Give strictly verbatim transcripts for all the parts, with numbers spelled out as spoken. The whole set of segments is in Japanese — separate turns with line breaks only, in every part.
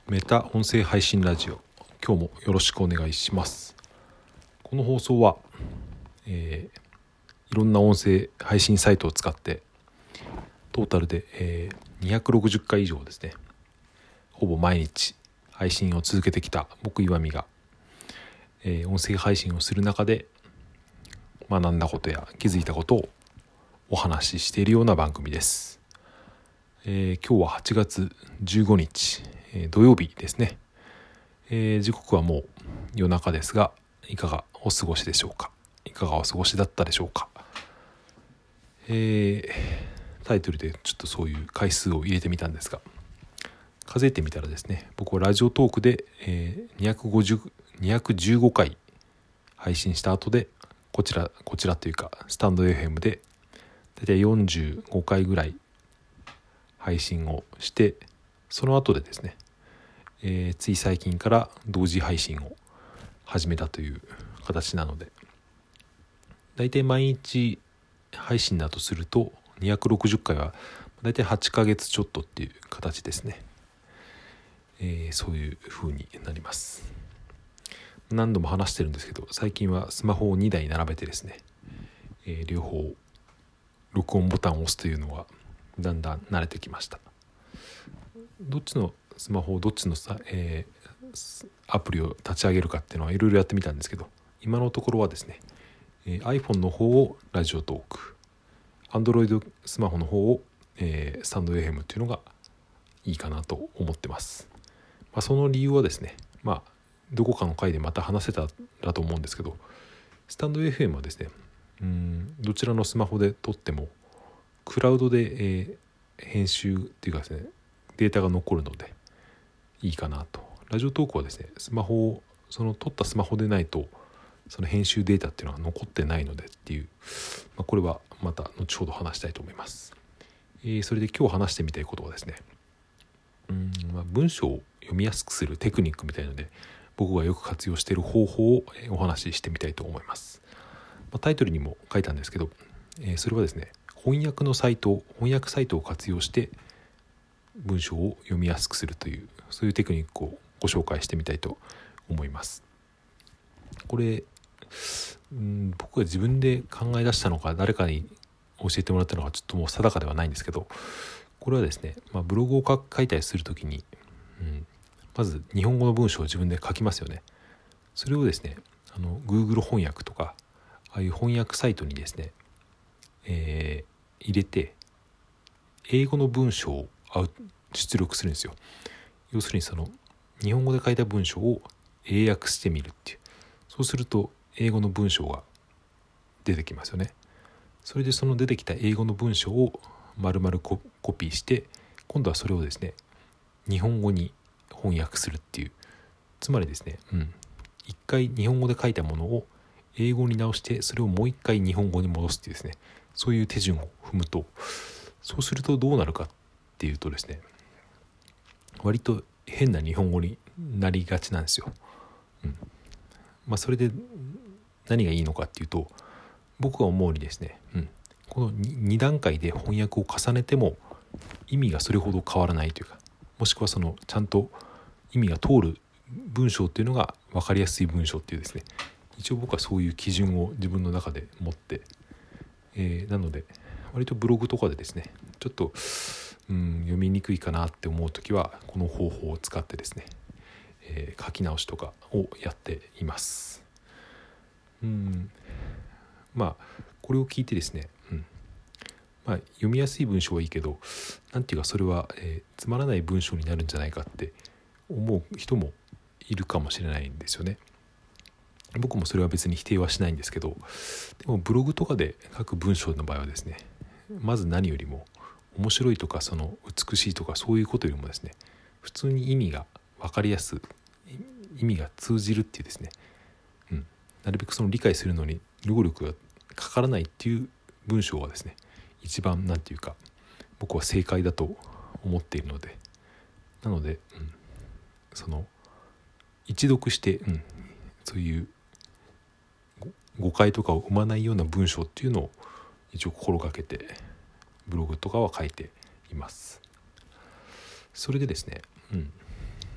メタ音声配信ラジオ、今日もよろしくお願いします。この放送は、えー、いろんな音声配信サイトを使ってトータルで、えー、にひゃくろくじゅっかい以上ですね、ほぼ毎日配信を続けてきた僕岩見が、えー、音声配信をする中で学んだことや気づいたことをお話ししているような番組です。えー、今日ははちがつじゅうごにち、えー、土曜日ですね。えー、時刻はもう夜中ですが、いかがお過ごしでしょうか。いかがお過ごしだったでしょうか。えー、タイトルでちょっとそういう回数を入れてみたんですが、数えてみたらですね、僕はラジオトークで、えー、にひゃくごじゅう、にひゃくじゅうごかい配信した後で、こちらこちらというかスタンド エフエム でだいたいよんじゅうごかいぐらい配信をして、その後でですね、えー、つい最近から同時配信を始めたという形なので、だいたい毎日配信だとするとにひゃくろくじゅっかいはだいたいはちかげつちょっとっていう形ですね。えー、そういう風になります。何度も話してるんですけど、最近はスマホをにだい並べてですね、えー、両方録音ボタンを押すというのはだんだん慣れてきました。どっちのスマホどっちのさ、えー、アプリを立ち上げるかっていうのはいろいろやってみたんですけど、今のところはですね、えー、iPhone の方をラジオトーク、Android スマホの方を、えー、スタンド エフエム っていうのがいいかなと思ってます。まあ、その理由はですね、まあどこかの回でまた話せたらと思うんですけど、スタンド エフエム はですね、うーんどちらのスマホで撮ってもクラウドで、えー、編集っていうかですね、データが残るのでいいかなと。ラジオトークはですね、スマホをその撮ったスマホでないとその編集データっていうのは残ってないのでっていう、まあ、これはまた後ほど話したいと思います。えー、それで今日話してみたいことはですね、うーん、まあ、文章を読みやすくするテクニックみたいなので、僕がよく活用している方法をお話ししてみたいと思います。まあ、タイトルにも書いたんですけど、えー、それはですね、翻訳のサイト翻訳サイトを活用して文章を読みやすくするという、そういうテクニックをご紹介してみたいと思います。これ、うん、僕が自分で考え出したのか誰かに教えてもらったのかちょっともう定かではないんですけど、これはですね、まあ、ブログを書いたりするときに、うん、まず日本語の文章を自分で書きますよね。それをですね、あの Google 翻訳とかああいう翻訳サイトにですね、えー、入れて英語の文章を出力するんですよ。要するにその日本語で書いた文章を英訳してみるっていう。そうすると英語の文章が出てきますよね。それでその出てきた英語の文章を丸々コピーして、今度はそれをですね日本語に翻訳するっていう。つまりですね、うん、一回日本語で書いたものを英語に直して、それをもう一回日本語に戻すっていうですね、そういう手順を踏むと、そうするとどうなるかっていうとですね、割と変な日本語になりがちなんですよ。うん、まあそれで何がいいのかっていうと、僕が思うにですね、うん、この に段階で翻訳を重ねても意味がそれほど変わらないというか、もしくはそのちゃんと意味が通る文章っていうのが分かりやすい文章っていうですね、一応僕はそういう基準を自分の中で持って、えー、なので割とブログとかでですね、ちょっと、うん、読みにくいかなって思うときはこの方法を使ってですね、えー、書き直しとかをやっています。うん、まあこれを聞いてですね、うんまあ、読みやすい文章はいいけど、なんていうかそれは、えー、つまらない文章になるんじゃないかって思う人もいるかもしれないんですよね。僕もそれは別に否定はしないんですけど、でもブログとかで書く文章の場合はですね、まず何よりも面白いとかその美しいとかそういうことよりもですね、普通に意味が分かりやす意味が通じるっていうですね、うん、なるべくその理解するのに労力がかからないっていう文章がですね、一番なんていうか僕は正解だと思っているので、なので、うん、その一読して、うん、そういう誤解とかを生まないような文章っていうのを一応心がけてブログとかは書いています。それでですね、うん、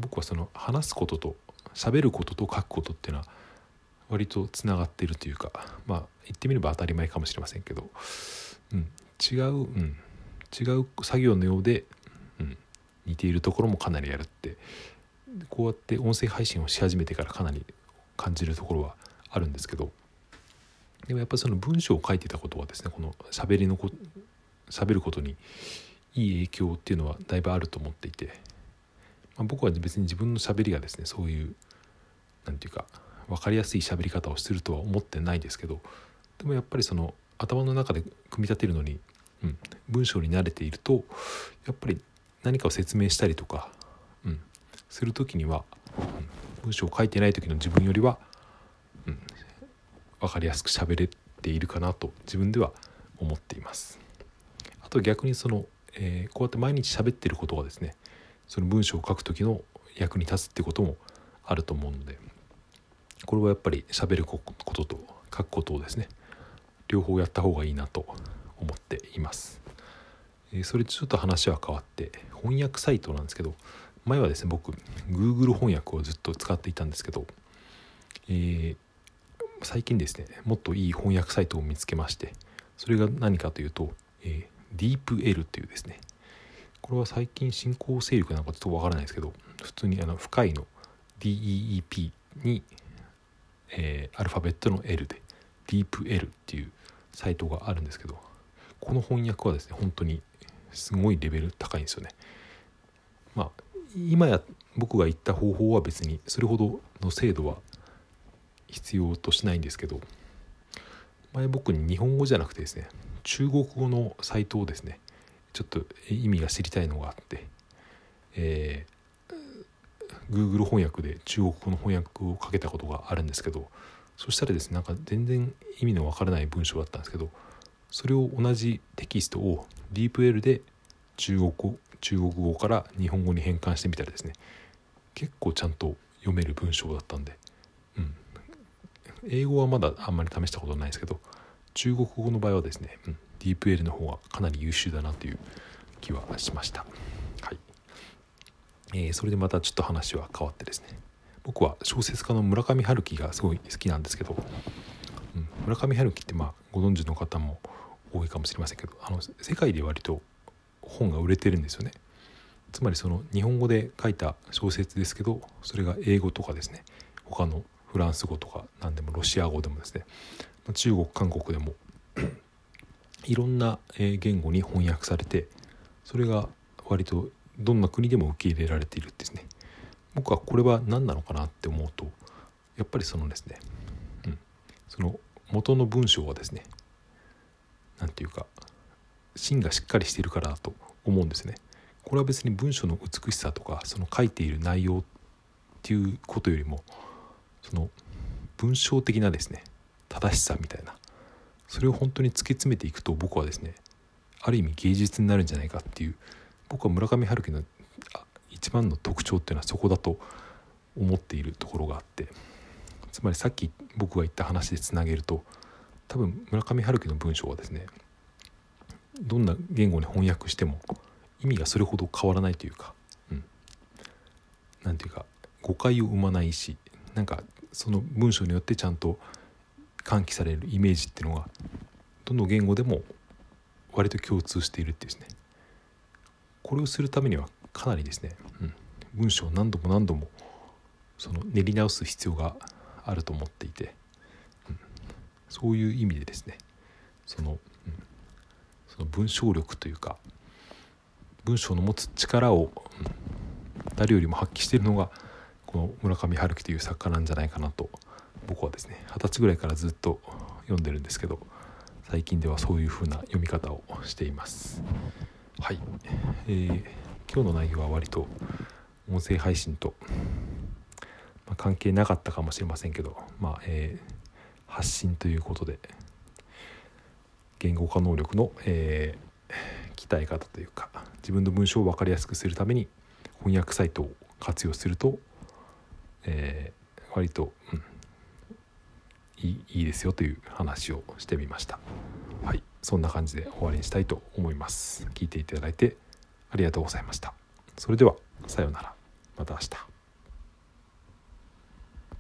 僕はその話すことと喋ることと書くことっていうのは割とつながっているというか、まあ言ってみれば当たり前かもしれませんけど、うん、違う、うん、違う作業のようで、うん、似ているところもかなりあるって、こうやって音声配信をし始めてからかなり感じるところはあるんですけど、でもやっぱりその文章を書いてたことはですね、この喋りのこ喋ることにいい影響っていうのはだいぶあると思っていて、まあ、僕は別に自分の喋りがですね、そういうなんていうか分かりやすい喋り方をするとは思ってないですけど、でもやっぱりその頭の中で組み立てるのに、うん、文章に慣れているとやっぱり何かを説明したりとか、うん、する時には、うん、文章を書いてない時の自分よりは、うん、分かりやすく喋れているかなと自分では思っています。あと逆にその、えー、こうやって毎日喋ってることがですね、その文章を書く時の役に立つってこともあると思うので、これはやっぱり喋ることと書くことをですね、両方やった方がいいなと思っています。えー、それとちょっと話は変わって翻訳サイトなんですけど、前はですね僕 Google 翻訳をずっと使っていたんですけど、えー、最近ですねもっといい翻訳サイトを見つけまして、それが何かというと、えー、DeepL というですね、これは最近新興勢力なんかちょっとわからないですけど、普通にあの深いの ディーイーイーピー に、えー、アルファベットの L で DeepL っていうサイトがあるんですけど、この翻訳はですね本当にすごいレベル高いんですよね。まあ今や僕が言った方法は別にそれほどの精度は必要としないんですけど、前僕に日本語じゃなくてですね中国語のサイトをですねちょっと意味が知りたいのがあって、えー、Google 翻訳で中国語の翻訳をかけたことがあるんですけど、そしたらですねなんか全然意味のわからない文章だったんですけど、それを同じテキストを DeepL で中国語中国語から日本語に変換してみたらですね、結構ちゃんと読める文章だったんで、うん、英語はまだあんまり試したことないですけど、中国語の場合はですね、うん、DeepL の方がかなり優秀だなという気はしました。はい。えー、それでまたちょっと話は変わってですね、僕は小説家の村上春樹がすごい好きなんですけど、うん、村上春樹ってまあご存知の方も多いかもしれませんけど、あの世界で割と本が売れてるんですよね。つまりその日本語で書いた小説ですけど、それが英語とかですね、他のフランス語とか何でもロシア語でもですね、中国韓国でもいろんな言語に翻訳されて、それが割とどんな国でも受け入れられているですね。僕はこれは何なのかなって思うと、やっぱりそのですね、うん、その元の文章はですね、なんていうか芯がしっかりしているからだと思うんですね。これは別に文章の美しさとかその書いている内容っていうことよりも、その文章的なですね正しさみたいな、それを本当に突き詰めていくと、僕はですねある意味芸術になるんじゃないかっていう、僕は村上春樹の一番の特徴っていうのはそこだと思っているところがあって、つまりさっき僕が言った話でつなげると、多分村上春樹の文章はですねどんな言語に翻訳しても意味がそれほど変わらないというか、うん、なんていうか誤解を生まないし、なんかその文章によってちゃんと喚起されるイメージっていうのがどの言語でも割と共通しているってですね、これをするためにはかなりですね、うん、文章を何度も何度もその練り直す必要があると思っていて、うん、そういう意味でですね、その、うん、その文章力というか文章の持つ力を、うん、誰よりも発揮しているのがこの村上春樹という作家なんじゃないかなと、僕はですね二十歳ぐらいからずっと読んでるんですけど、最近ではそういう風な読み方をしています。はい、えー、今日の内容は割と音声配信と、まあ、関係なかったかもしれませんけど、まあえー、発信ということで言語化能力の、えー、鍛え方というか、自分の文章を分かりやすくするために翻訳サイトを活用すると、えー、割と、うん、いい、いいですよという話をしてみました。はい、そんな感じで終わりにしたいと思います。聞いていただいてありがとうございました。それではさようなら、また明日。